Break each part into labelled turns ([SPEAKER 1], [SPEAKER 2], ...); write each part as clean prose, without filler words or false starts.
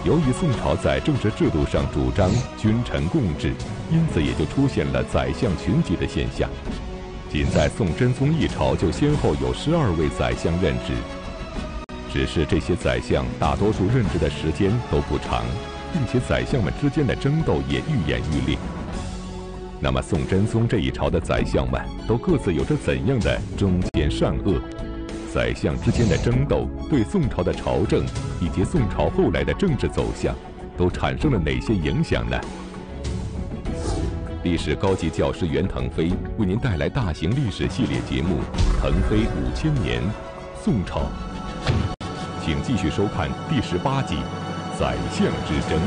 [SPEAKER 1] 由于宋朝在政治制度上主张君臣共治，因此也就出现了宰相群集的现象。仅在宋真宗一朝就先后有12位宰相任职，只是这些宰相大多数任职的时间都不长，并且宰相们之间的争斗也愈演愈烈。那么宋真宗这一朝的宰相们都各自有着怎样的忠奸善恶？宰相之间的争斗对宋朝的朝政以及宋朝后来的政治走向都产生了哪些影响呢？历史高级教师袁腾飞为您带来大型历史系列节目《腾飞5000年：宋朝》，请继续收看第18集《宰相之争》。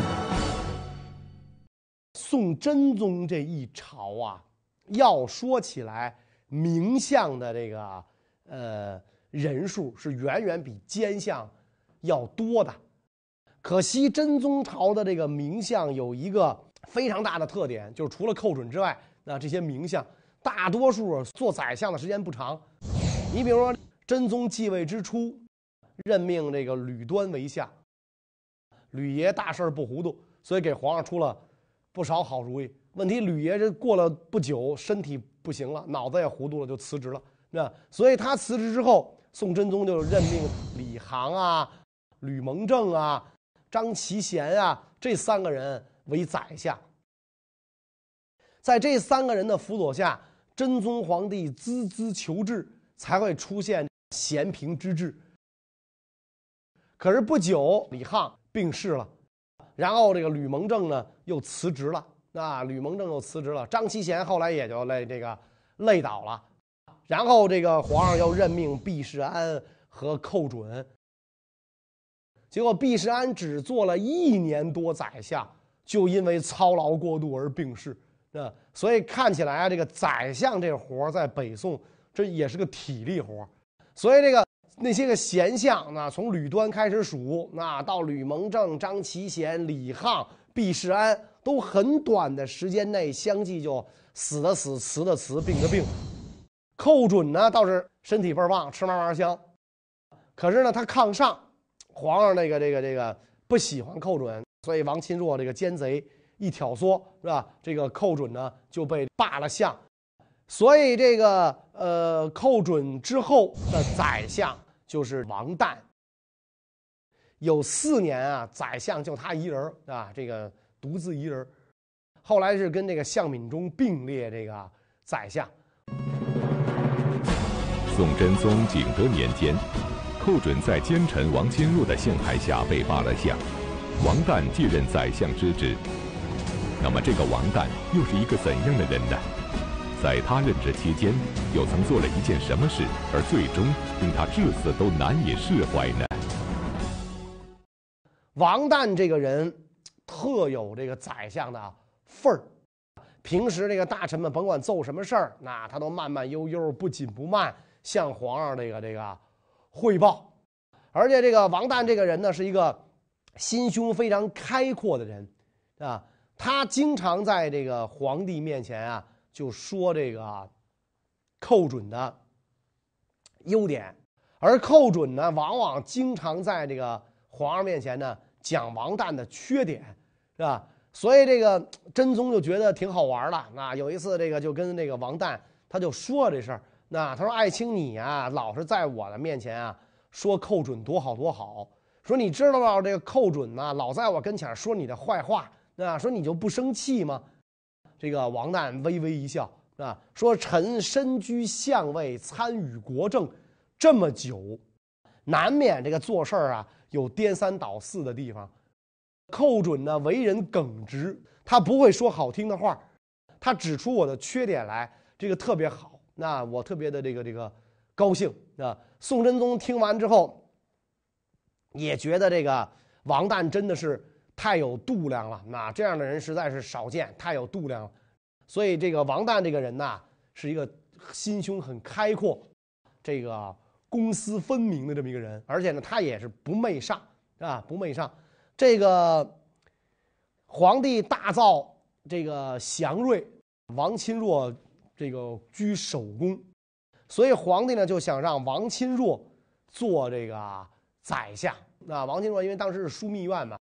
[SPEAKER 2] 宋真宗这一朝啊，要说起来，名相的这个人数是远远比奸相要多的。可惜真宗朝的这个名相有一个非常大的特点，就是除了寇准之外，那这些名相大多数做宰相的时间不长。你比如说，真宗继位之初，任命这个吕端为相，吕爷大事不糊涂，所以给皇上出了不少好主意。问题吕爷这过了不久，身体不行了，脑子也糊涂了，就辞职了。那所以他辞职之后，宋真宗就任命李航啊、吕蒙正啊、张其贤啊这3个人为宰相。在这3个人的辅佐下，真宗皇帝孜孜求治，才会出现咸平之治。可是不久，李沆病逝了，然后这个吕蒙正呢又辞职了。张其贤后来也就累倒了。然后这个皇上又任命毕世安和寇准，结果毕世安只做了1年多宰相，就因为操劳过度而病逝。所以看起来啊，这个宰相这活在北宋这也是个体力活。所以那些个贤相呢，从吕端开始数，那到吕蒙正、张其贤、李沆、毕世安，都很短的时间内相继就死的死，辞的辞，病的病。寇准呢倒是身体倍儿棒，吃嘛嘛香，可是呢他抗上，皇上这个不喜欢寇准，所以王钦若这个奸贼一挑唆，是吧？这个寇准呢就被罢了相，所以这个寇准之后的宰相就是王旦。有4年啊，宰相就他一人啊，这个独自一人。后来是跟这个向敏中并列这个宰相。
[SPEAKER 1] 宋真宗景德年间，寇准在奸臣王钦若的陷害下被罢了相，王旦继任宰相之职。那么这个王旦又是一个怎样的人呢？在他任职期间，又曾做了一件什么事，而最终令他至死都难以释怀呢？
[SPEAKER 2] 王旦这个人特有这个宰相的份儿，平时这个大臣们甭管奏什么事儿，那他都慢慢悠悠、不紧不慢向皇上这个汇报。而且这个王旦这个人呢，是一个心胸非常开阔的人啊。他经常在这个皇帝面前啊，就说这个寇准的优点，而寇准呢，往往经常在这个皇上面前呢讲王旦的缺点，是吧？所以这个真宗就觉得挺好玩的。那有一次，这个就跟这个王旦他就说这事儿。那他说：“爱卿你啊，老是在我的面前啊说寇准多好多好。说你知道这个寇准呢，老在我跟前说你的坏话。那说你就不生气吗？”这个王旦微微一笑啊，说：“臣身居相位，参与国政这么久，难免这个做事啊有颠三倒四的地方。寇准呢为人耿直，他不会说好听的话，他指出我的缺点来，这个特别好。那我特别的这个高兴啊。”宋真宗听完之后，也觉得这个王旦真的是太有度量了，那这样的人实在是少见，太有度量了。所以这个王旦这个人呢，是一个心胸很开阔，这个公私分明的这么一个人，而且呢，他也是不媚上啊，不媚上。这个皇帝大造这个祥瑞，王钦若这个居首功，所以皇帝呢就想让王钦若做这个宰相。那王钦若因为当时是枢密院嘛，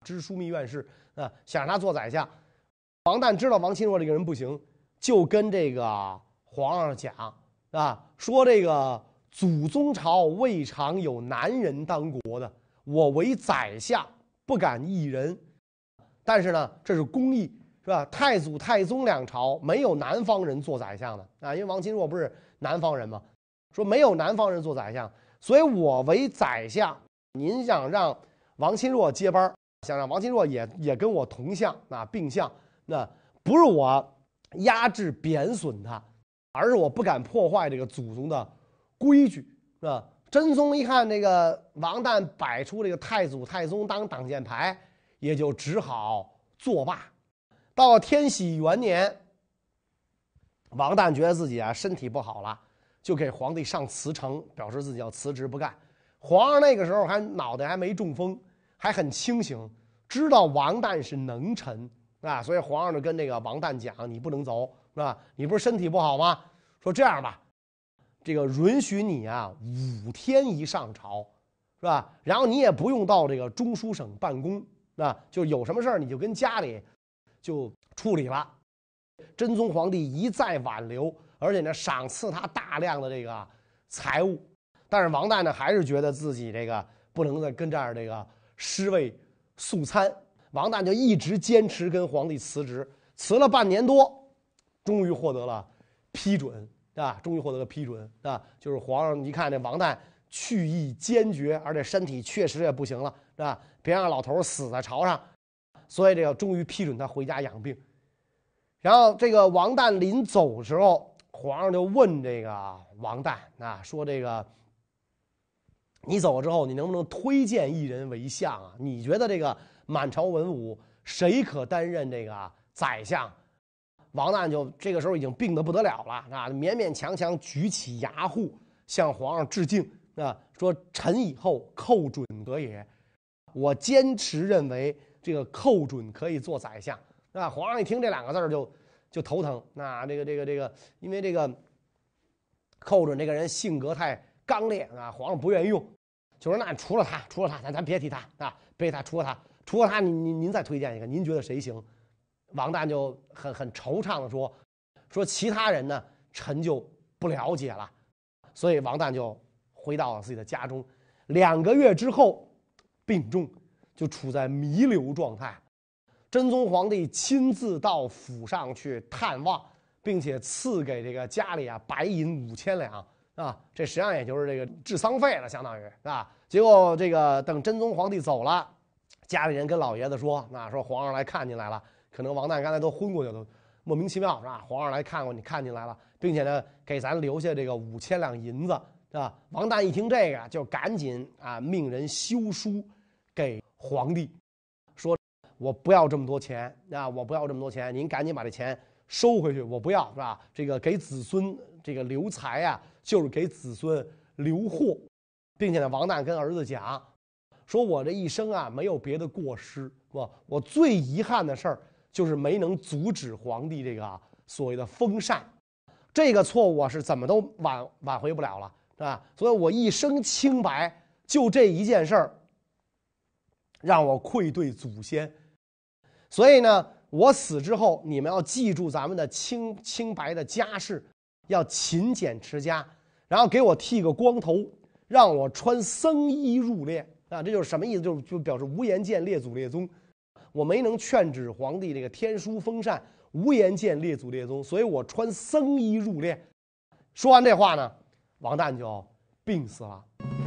[SPEAKER 2] 知枢密院事啊，想让他做宰相。王旦知道王钦若这个人不行，就跟这个皇上讲啊，说这个祖宗朝未尝有男人当国的，我为宰相不敢易人。但是呢，这是公义，是吧？太祖太宗两朝没有南方人做宰相的啊，因为王钦若不是南方人嘛，说没有南方人做宰相，所以我为宰相。您想让王钦若接班，想让王钦若也跟我同相啊，并相，那不是我压制贬损他，而是我不敢破坏这个祖宗的规矩，是吧？真宗一看这个王旦摆出这个太祖太宗当挡箭牌，也就只好作罢。到了天禧元年，王旦觉得自己啊身体不好了，就给皇帝上辞呈，表示自己要辞职不干。皇上那个时候还脑袋还没中风，还很清醒，知道王旦是能臣啊，所以皇上就跟这个王旦讲：“你不能走，是吧？你不是身体不好吗？说这样吧，这个允许你啊5天一上朝，是吧？然后你也不用到这个中书省办公啊，就有什么事儿你就跟家里就处理了。”真宗皇帝一再挽留，而且呢赏赐他大量的这个财物。但是王旦呢，还是觉得自己这个不能再跟这儿这个尸位素餐。王旦就一直坚持跟皇帝辞职，辞了半年多，终于获得了批准啊！终于获得了批准啊！就是皇上一看这王旦去意坚决，而且身体确实也不行了啊，别让老头死在朝上，所以这个终于批准他回家养病。然后这个王旦临走的时候，皇上就问这个王旦啊，说这个你走了之后，你能不能推荐一人为相啊？你觉得这个满朝文武谁可担任这个宰相？王旦就这个时候已经病得不得了了啊，勉勉强强举起牙户向皇上致敬啊，说臣以后寇准可也。我坚持认为这个寇准可以做宰相啊。皇上一听这2个字就头疼。那这个，因为这个寇准这个人性格太刚烈啊，皇上不愿意用，就说那除了他，咱别提他啊，别提他，除了他，您再推荐一个，您觉得谁行？王旦就很惆怅的说其他人呢，臣就不了解了。所以王旦就回到了自己的家中，2个月之后病重，就处在弥留状态。真宗皇帝亲自到府上去探望，并且赐给这个家里啊白银5000两啊，这实际上也就是这个治丧费了，相当于啊。结果这个等真宗皇帝走了，家里人跟老爷子说，说皇上来看您来了，可能王旦刚才都昏过去了，莫名其妙是吧？皇上来看过你，看您来了，并且呢给咱留下这个5000两银子，是吧？王旦一听这个，就赶紧啊命人修书给皇帝，说我不要这么多钱啊，我不要这么多钱，您赶紧把这钱收回去，我不要，是吧？这个给子孙这个留财啊，就是给子孙留祸，并且呢，王旦跟儿子讲，说我这一生啊没有别的过失，我最遗憾的事儿就是没能阻止皇帝这个所谓的封禅，这个错误啊是怎么都挽回不了了，是吧？所以我一生清白，就这一件事儿让我愧对祖先。所以呢，我死之后，你们要记住咱们的清白的家事，要勤俭持家，然后给我剃个光头，让我穿僧衣入殓啊！这就是什么意思？就表示无颜见列祖列宗。我没能劝止皇帝这个天书封禅，无颜见列祖列宗，所以我穿僧衣入殓。说完这话呢，王旦就病死了。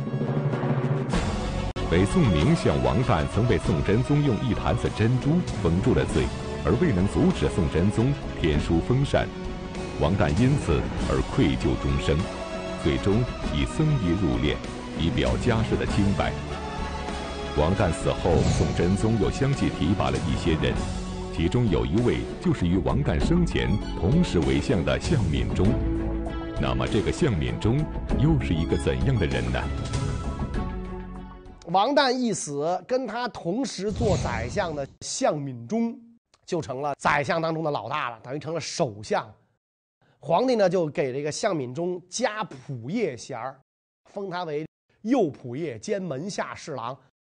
[SPEAKER 1] 北宋名相王旦曾被宋真宗用一坛子珍珠封住了嘴，而未能阻止宋真宗天书封禅，王旦因此而愧疚终生，最终以僧衣入殓，以表家世的清白。王旦死后，宋真宗又相继提拔了一些人，其中有一位就是与王旦生前同时为相的向敏中。那么这个向敏中又是一个怎样的人呢？
[SPEAKER 2] 王旦一死，跟他同时做宰相的向敏中就成了宰相当中的老大了，等于成了首相。皇帝呢就给这个向敏中加仆射衔，封他为右仆射兼门下侍郎。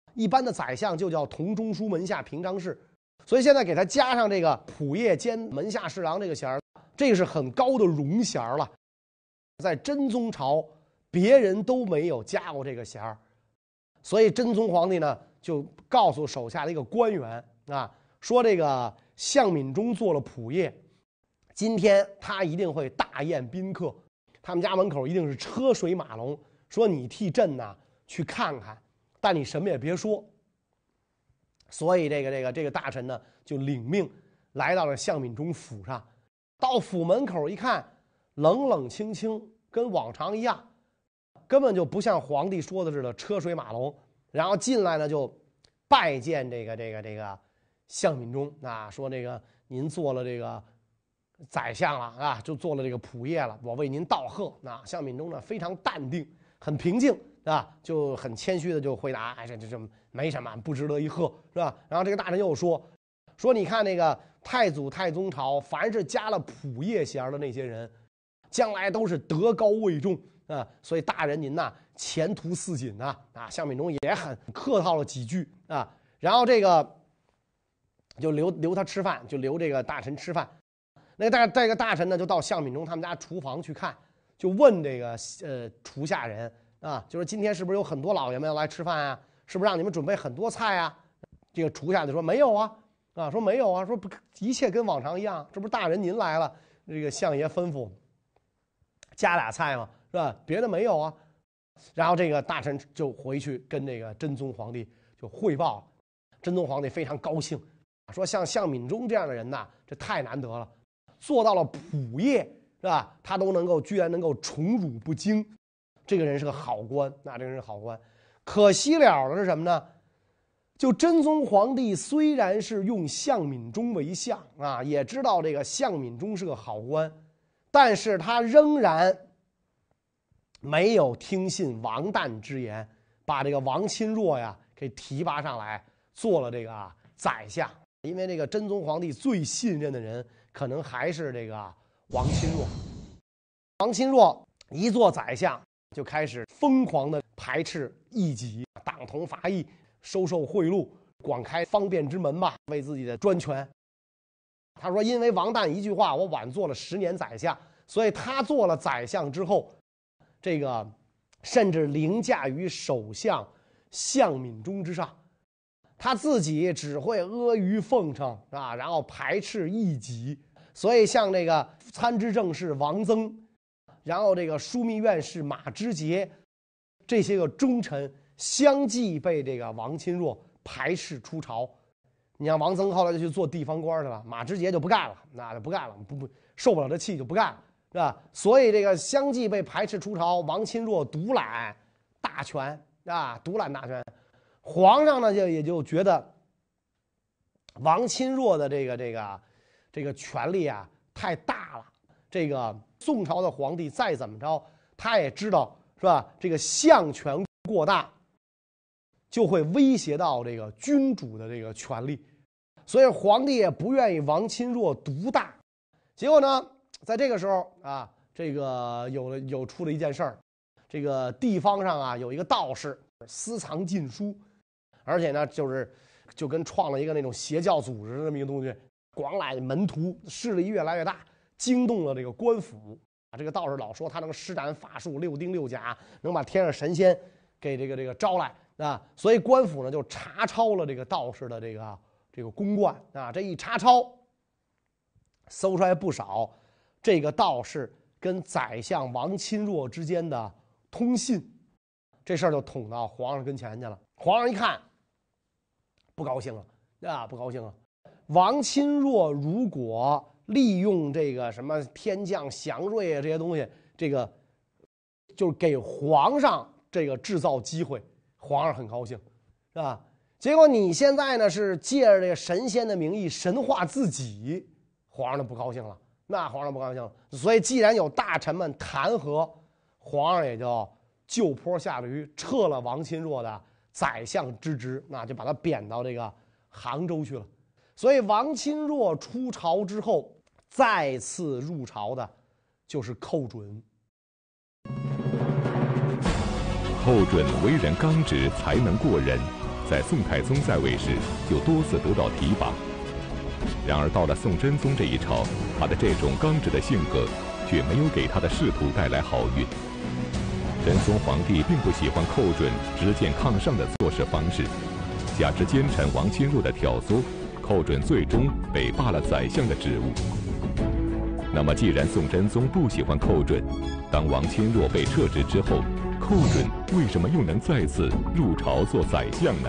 [SPEAKER 2] 一般的宰相就叫同中书门下平章事，所以现在给他加上这个仆射兼门下侍郎这个衔儿，这个是很高的荣衔了。在真宗朝，别人都没有加过这个衔儿，所以真宗皇帝呢就告诉手下的一个官员啊，说这个向敏中做了仆射，今天他一定会大宴宾客，他们家门口一定是车水马龙，说你替朕呐去看看，但你什么也别说。所以这个大臣呢就领命来到了向敏中府上，到府门口一看，冷冷清清，跟往常一样，根本就不像皇帝说的似的车水马龙。然后进来呢就拜见这个向敏中啊，说这个您做了这个宰相了啊，就做了这个仆射了，我为您道贺。那向敏中呢非常淡定，很平静啊，就很谦虚的就回答，哎，这没什么，不值得一贺，是吧？然后这个大臣又说你看那个太祖太宗朝，凡是加了仆射衔的那些人，将来都是德高位重啊，所以大人您呐前途似锦啊！啊，向敏中也很客套了几句啊，然后这个就留他吃饭，就留这个大臣吃饭。那这个大臣呢，就到向敏中他们家厨房去看，就问这个厨下人啊，就说今天是不是有很多老爷们要来吃饭啊？是不是让你们准备很多菜啊？这个厨下就说没有啊，说没有啊，说不，一切跟往常一样，这不是大人您来了，这个相爷吩咐加俩菜嘛，是吧？别的没有啊。然后这个大臣就回去跟这个真宗皇帝就汇报，真宗皇帝非常高兴，说像向敏中这样的人呐，这太难得了，做到了仆射是吧？他都居然能够宠辱不惊，这个人是个好官，那这个人是好官。可惜了的是什么呢？就真宗皇帝虽然是用向敏中为相啊，也知道这个向敏中是个好官，但是他仍然没有听信王旦之言，把这个王钦若呀给提拔上来做了这个宰相。因为这个真宗皇帝最信任的人可能还是这个王钦若。王钦若一做宰相，就开始疯狂的排斥异己，党同伐异，收受贿赂，广开方便之门吧，为自己的专权。他说因为王旦一句话，我晚做了10年宰相，所以他做了宰相之后，这个甚至凌驾于首相向敏中之上，他自己只会阿谀奉承啊，然后排斥异己。所以像这个参知政事王曾，然后这个枢密院事马之杰，这些个忠臣相继被这个王钦若排斥出朝。你看王曾后来就去做地方官去了，马之杰就不干了，那就不干了，不受不了这气就不干了，是吧？所以这个相继被排斥出朝，王钦若独揽大权啊，独揽大权。皇上呢也就觉得王钦若的这个权力啊太大了，这个宋朝的皇帝再怎么着，他也知道是吧？这个相权过大，就会威胁到这个君主的这个权力，所以皇帝也不愿意王钦若独大。结果呢，在这个时候啊，这个出了一件事儿，这个地方上啊有一个道士私藏禁书，而且呢就跟创了一个那种邪教组织的这么一个东西，广揽门徒，势力越来越大，惊动了这个官府。这个道士老说他能施展法术6丁6甲，能把天上神仙给这个招来啊，所以官府呢就查抄了这个道士的这个公冠啊，这一查抄，搜出来不少这个道士跟宰相王钦若之间的通信，这事儿就捅到皇上跟前去了。皇上一看不高兴了啊，不高兴了。王钦若如果利用这个什么天降祥瑞啊这些东西，这个就是给皇上这个制造机会，皇上很高兴，是吧？结果你现在呢是借着这个神仙的名义神化自己，皇上就不高兴了。那皇上不高兴了，所以既然有大臣们弹劾，皇上也就就坡下驴，撤了王钦若的宰相之职，那就把他贬到这个杭州去了。所以王钦若出朝之后，再次入朝的就是寇准。
[SPEAKER 1] 寇准为人刚直，才能过人， 在宋太宗在位时就多次得到提拔。然而到了宋真宗这一朝，他的这种刚直的性格却没有给他的仕途带来好运。真宗皇帝并不喜欢寇准直谏抗上的做事方式，加之奸臣王钦若的挑唆，寇准最终被罢了宰相的职务。那么既然宋真宗不喜欢寇准，当王钦若被撤职之后，寇准为什么又能再次入朝做宰相呢？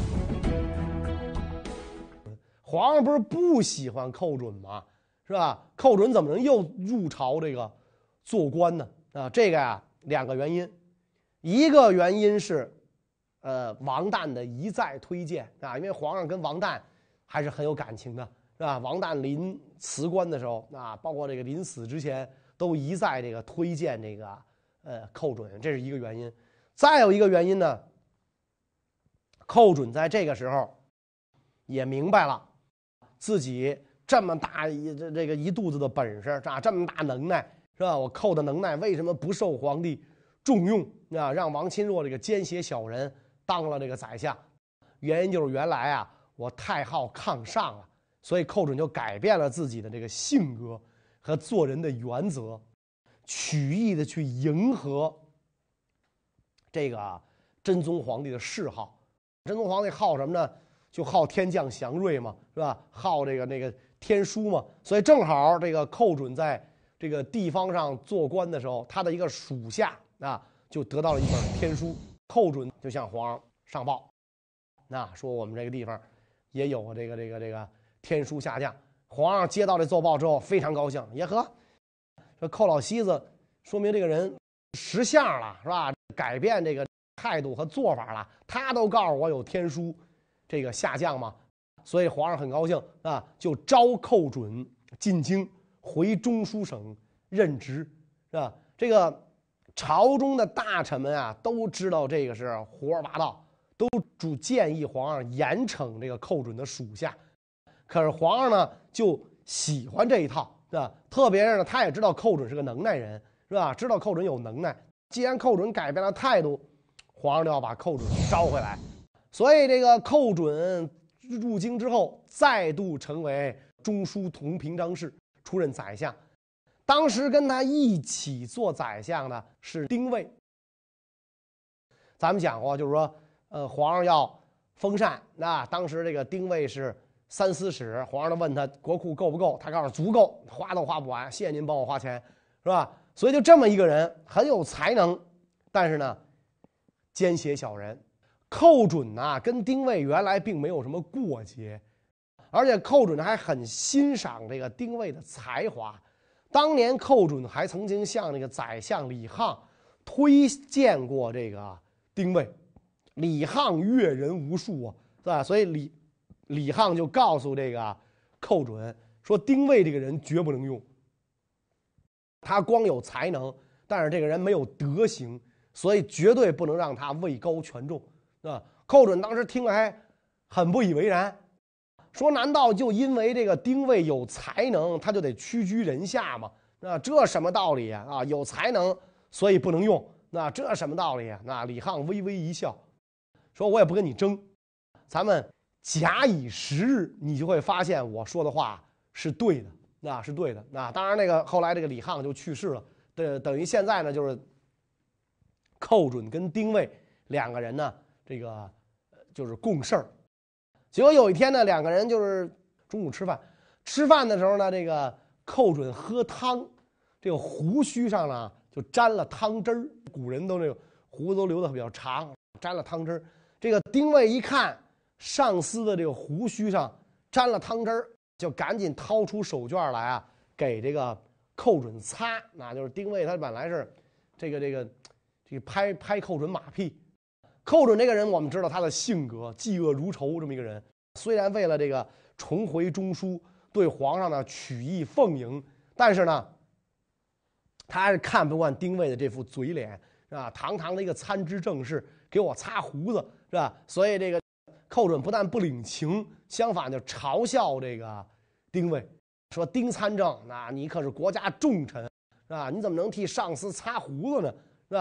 [SPEAKER 2] 皇上不是不喜欢寇准吗？是吧？寇准怎么能又入朝这个做官呢？啊，这个呀，两个原因，一个原因是，王旦的一再推荐啊，因为皇上跟王旦还是很有感情的，是吧？王旦临辞官的时候啊，包括这个临死之前，都一再这个推荐这个寇准，这是一个原因。再有一个原因呢，寇准在这个时候也明白了自己这么大一肚子的本事啊，这么大能耐，是吧？我寇的能耐为什么不受皇帝重用啊？让王钦若这个奸邪小人当了这个宰相，原因就是原来啊我太好抗上了，所以寇准就改变了自己的这个性格和做人的原则，曲意的去迎合这个真宗皇帝的嗜好。真宗皇帝好什么呢？就好天降祥瑞嘛，是吧？好这个那个天书嘛，所以正好这个寇准在这个地方上做官的时候，他的一个属下啊就得到了一本天书，寇准就向皇上上报，说我们这个地方也有这个天书下降。皇上接到这奏报之后非常高兴，也呵，这寇老西子说明这个人识相了，是吧？改变这个态度和做法了，他都告诉我有天书这个下降嘛，所以皇上很高兴啊，就召寇准进京回中书省任职，是吧？这个朝中的大臣们啊都知道这个是胡说八道，都主建议皇上严惩这个寇准的属下。可是皇上呢就喜欢这一套，是吧？特别是呢，他也知道寇准是个能耐人，是吧？知道寇准有能耐，既然寇准改变了态度，皇上就要把寇准招回来。所以这个寇准入京之后，再度成为中书同平章事，出任宰相。当时跟他一起做宰相的是丁谓。咱们讲过，就是说，皇上要封禅，当时这个丁谓是三司使，皇上就问他国库够不够，他告诉足够，花都花不完，谢谢您帮我花钱，是吧？所以就这么一个人，很有才能，但是呢，奸邪小人。寇准跟丁谓原来并没有什么过节，而且寇准还很欣赏这个丁谓的才华。当年寇准还曾经向这个宰相李沆推荐过这个丁谓，李沆阅人无数啊，是吧？所以李沆就告诉这个寇准说，丁谓这个人绝不能用，他光有才能，但是这个人没有德行，所以绝对不能让他位高权重。寇准当时听了还很不以为然，说难道就因为这个丁谓有才能他就得屈居人下吗？这什么道理啊？有才能所以不能用，这什么道理啊？李沆微微一笑，说我也不跟你争，咱们假以时日，你就会发现我说的话是对的，是对的。当然那个后来这个李沆就去世了，等于现在呢就是寇准跟丁谓两个人呢这个就是共事儿。结果有一天呢，两个人就是中午吃饭的时候呢，这个寇准喝汤，这个胡须上呢就沾了汤汁儿，古人都这个胡子都留得比较长，沾了汤汁儿。这个丁谓一看上司的这个胡须上沾了汤汁儿，就赶紧掏出手绢来给这个寇准擦。就是丁谓他本来是这个拍寇准马屁。寇准这个人我们知道他的性格嫉恶如仇，这么一个人，虽然为了这个重回中书对皇上呢曲意奉迎，但是呢他还是看不惯丁谓的这副嘴脸，是吧？堂堂的一个参知政事给我擦胡子，是吧？所以这个寇准不但不领情，相反就嘲笑这个丁谓，说丁参政，你可是国家重臣，是吧？你怎么能替上司擦胡子呢？是吧？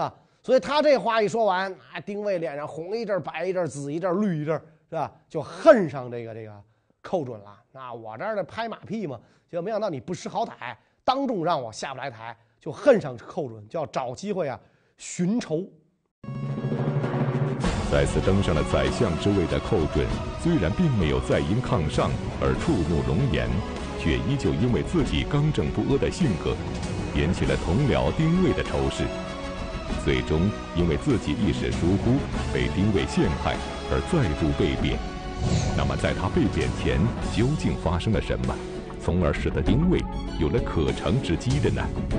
[SPEAKER 2] 所以他这话一说完，丁谓脸上红一阵白一阵紫一阵绿一阵，是吧？就恨上这个寇准了。我这儿的拍马屁嘛，结果没想到你不识好歹，当众让我下不来台，就恨上寇准，就要找机会寻仇。
[SPEAKER 1] 再次登上了宰相之位的寇准，虽然并没有再因抗上而触怒龙颜，却依旧因为自己刚正不阿的性格，引起了同僚丁谓的仇视。最终因为自己一时疏忽，被丁谓陷害而再度被贬。那么在他被贬前究竟发生了什么，从而使得丁谓有了可乘之机的呢？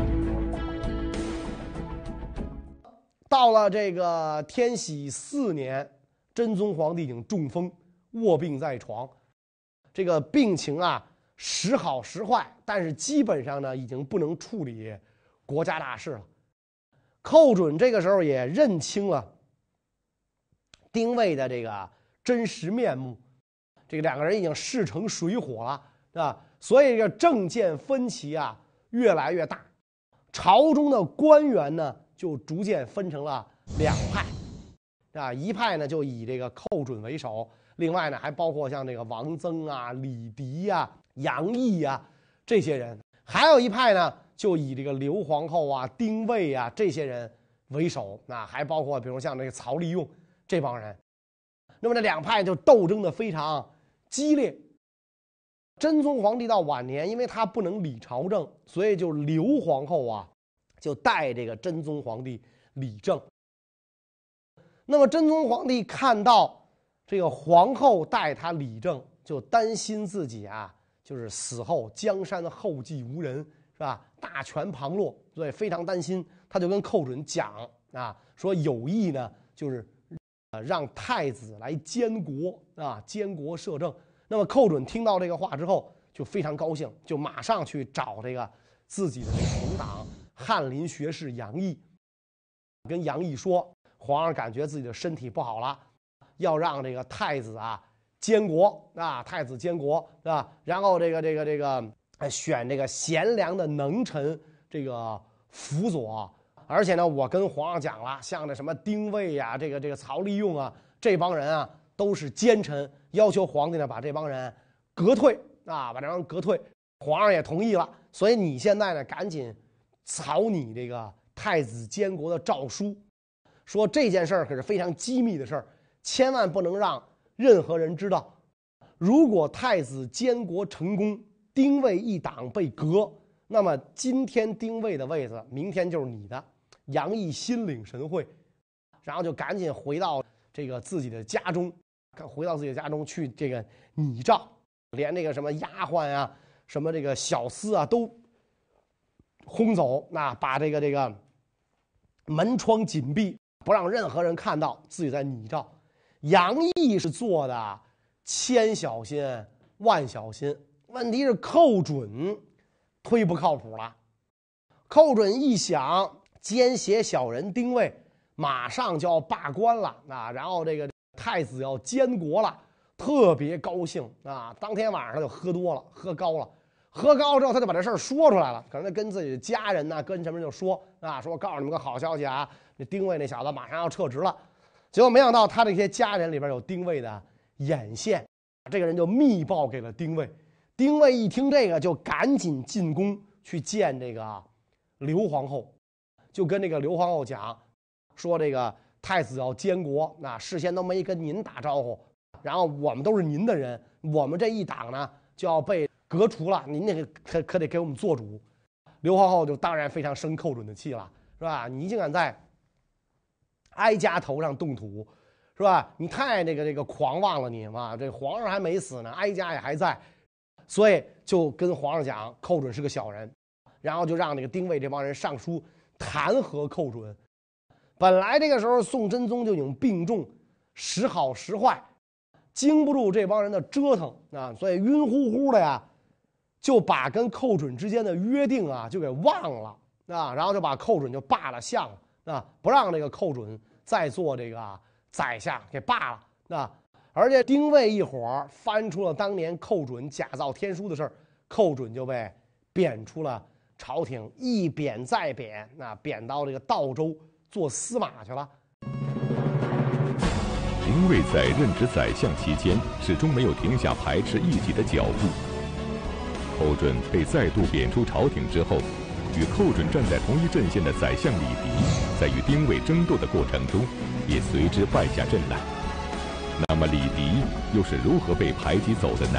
[SPEAKER 2] 到了这个天禧4年，真宗皇帝已经中风，卧病在床。这个病情时好时坏，但是基本上呢已经不能处理国家大事了。寇准这个时候也认清了丁谓的这个真实面目，这个两个人已经势成水火了，是吧？所以这个政见分歧越来越大，朝中的官员呢就逐渐分成了两派，一派呢就以这个寇准为首，另外呢还包括像这个王曾李迪杨毅这些人，还有一派呢就以这个刘皇后丁谓这些人为首，还包括比如像这个曹利用这帮人。那么这两派就斗争的非常激烈。真宗皇帝到晚年，因为他不能理朝政，所以就刘皇后就代这个真宗皇帝理政。那么真宗皇帝看到这个皇后代他理政，就担心自己就是死后江山后继无人，是吧？大权旁落，所以非常担心。他就跟寇准讲说有意呢，就是让太子来监国监国摄政。那么寇准听到这个话之后就非常高兴，就马上去找这个自己的这个同党翰林学士杨毅，跟杨毅说，皇上感觉自己的身体不好了，要让这个太子监国太子监国然后这个选这个贤良的能臣这个辅佐。而且呢，我跟皇上讲了，像这什么丁谓这个曹利用这帮人都是奸臣，要求皇帝呢把这帮人革退把这帮人革退。皇上也同意了，所以你现在呢赶紧草拟这个太子监国的诏书，说这件事儿可是非常机密的事儿，千万不能让任何人知道。如果太子监国成功，丁谓一党被革，那么今天丁谓的位子，明天就是你的。杨毅心领神会，然后就赶紧回到这个自己的家中，去这个拟诏，连这个什么丫鬟什么这个小厮都轰走，把这个门窗紧闭，不让任何人看到自己在拟诏。杨毅是做的千小心万小心，问题是寇准忒不靠谱了。寇准一想，奸邪小人丁谓马上就要罢官了然后这个太子要监国了，特别高兴当天晚上他就喝多了，喝高了之后，他就把这事儿说出来了，可能跟自己的家人跟什么人就说说告诉你们个好消息那丁谓那小子马上要撤职了。结果没想到他这些家人里边有丁谓的眼线，这个人就密报给了丁谓。丁谓一听这个，就赶紧进宫去见这个刘皇后，就跟这个刘皇后讲说，这个太子要监国，事先都没跟您打招呼，然后我们都是您的人，我们这一党呢就要被革除了，您那个可得给我们做主。刘皇后就当然非常生寇准的气了，是吧？你竟敢在哀家头上动土，是吧？你太这个狂妄了你嘛！这皇上还没死呢，哀家也还在，所以就跟皇上讲寇准是个小人，然后就让那个丁谓这帮人上书弹劾寇准。本来这个时候宋真宗就已经病重，时好时坏，经不住这帮人的折腾所以晕乎乎的就把跟寇准之间的约定就给忘了然后就把寇准就罢了相了不让这个寇准再做这个宰相，给罢了而且丁谓一伙翻出了当年寇准假造天书的事儿，寇准就被贬出了朝廷，一贬再贬贬到这个道州做司马去了。
[SPEAKER 1] 丁谓在任职宰相期间，始终没有停下排斥异己的脚步。寇准被再度贬出朝廷之后，与寇准站在同一阵线的宰相李迪，在与丁谓争斗的过程中，也随之败下阵来。那么李迪又是如何被排挤走的呢？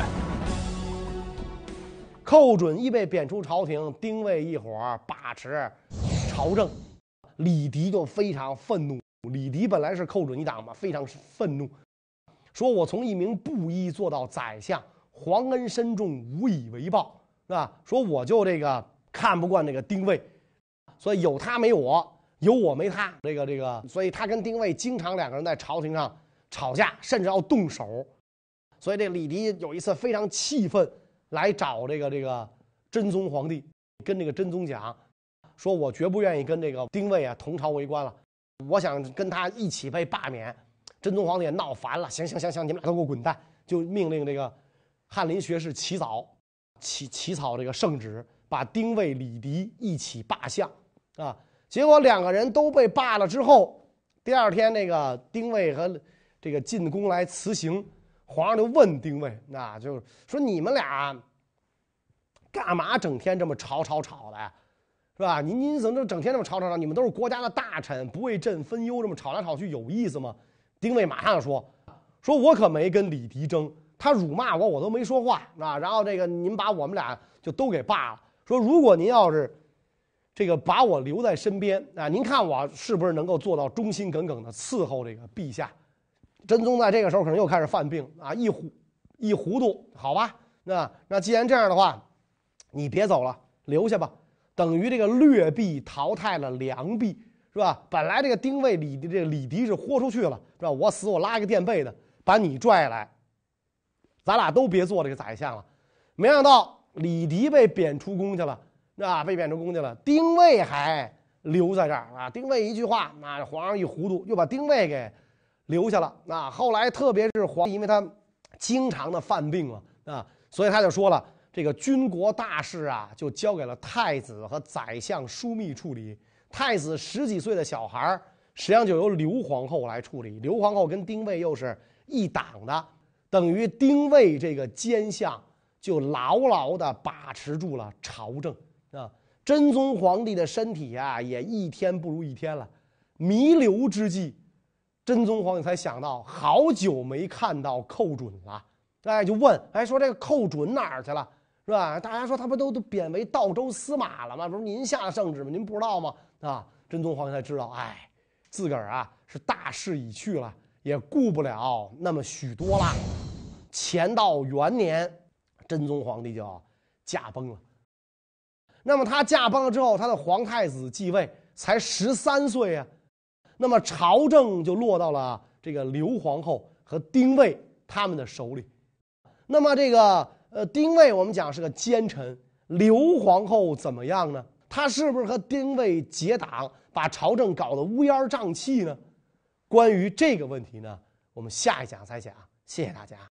[SPEAKER 2] 寇准一被贬出朝廷，丁谓一伙把持朝政，李迪就非常愤怒。李迪本来是寇准一党嘛，非常愤怒，说我从一名布衣做到宰相，皇恩深重，无以为报，是吧？说我就这个看不惯这个丁谓，所以有他没我，有我没他，这个，所以他跟丁谓经常两个人在朝廷上吵架，甚至要动手。所以这李迪有一次非常气愤，来找这个真宗皇帝，跟这个真宗讲，说我绝不愿意跟这个丁谓啊同朝为官了。我想跟他一起被罢免。真宗皇帝也闹烦了，行，你们俩都给我滚蛋！就命令这个翰林学士起草这个圣旨，把丁谓、李迪一起罢相啊。结果两个人都被罢了之后，第二天那个丁谓和这个进宫来辞行，皇上就问丁谓，那就说你们俩干嘛整天这么吵的呀？是吧？您怎么整天这么吵？你们都是国家的大臣，不为朕分忧，这么吵来吵去有意思吗？丁谓马上说我可没跟李迪争，他辱骂我都没说话啊。然后这个您把我们俩就都给罢了。说如果您要是这个把我留在身边啊，您看我是不是能够做到忠心耿耿的伺候这个陛下？真宗在这个时候可能又开始犯病啊，一糊涂，好吧？那既然这样的话，你别走了，留下吧。等于这个劣币淘汰了良币，是吧？本来这个丁谓李迪是豁出去了，是吧？我死我拉个垫背的，把你拽来，咱俩都别做这个宰相了。没想到李迪被贬出宫去了，丁谓还留在这儿啊。丁谓一句话，那皇上一糊涂，又把丁谓给留下了。后来特别是皇帝，因为他经常的犯病了所以他就说了。这个军国大事啊，就交给了太子和宰相枢密处理。太子10几岁的小孩，实际上就由刘皇后来处理。刘皇后跟丁谓又是一党的，等于丁谓这个奸相就牢牢地把持住了朝政啊。真宗皇帝的身体啊，也一天不如一天了。弥留之际，真宗皇帝才想到，好久没看到寇准了。就问，说这个寇准哪儿去了？是吧？大家说他不都贬为道州司马了吗？不是您下的圣旨吗？您不知道吗？真宗皇帝才知道，自个儿啊是大势已去了，也顾不了那么许多了。乾道元年，真宗皇帝就要驾崩了。那么他驾崩了之后，他的皇太子继位，才13岁啊。那么朝政就落到了这个刘皇后和丁谓他们的手里。那么这个丁谓我们讲是个奸臣，刘皇后怎么样呢？她是不是和丁谓结党，把朝政搞得乌烟瘴气呢？关于这个问题呢，我们下一讲再讲。谢谢大家。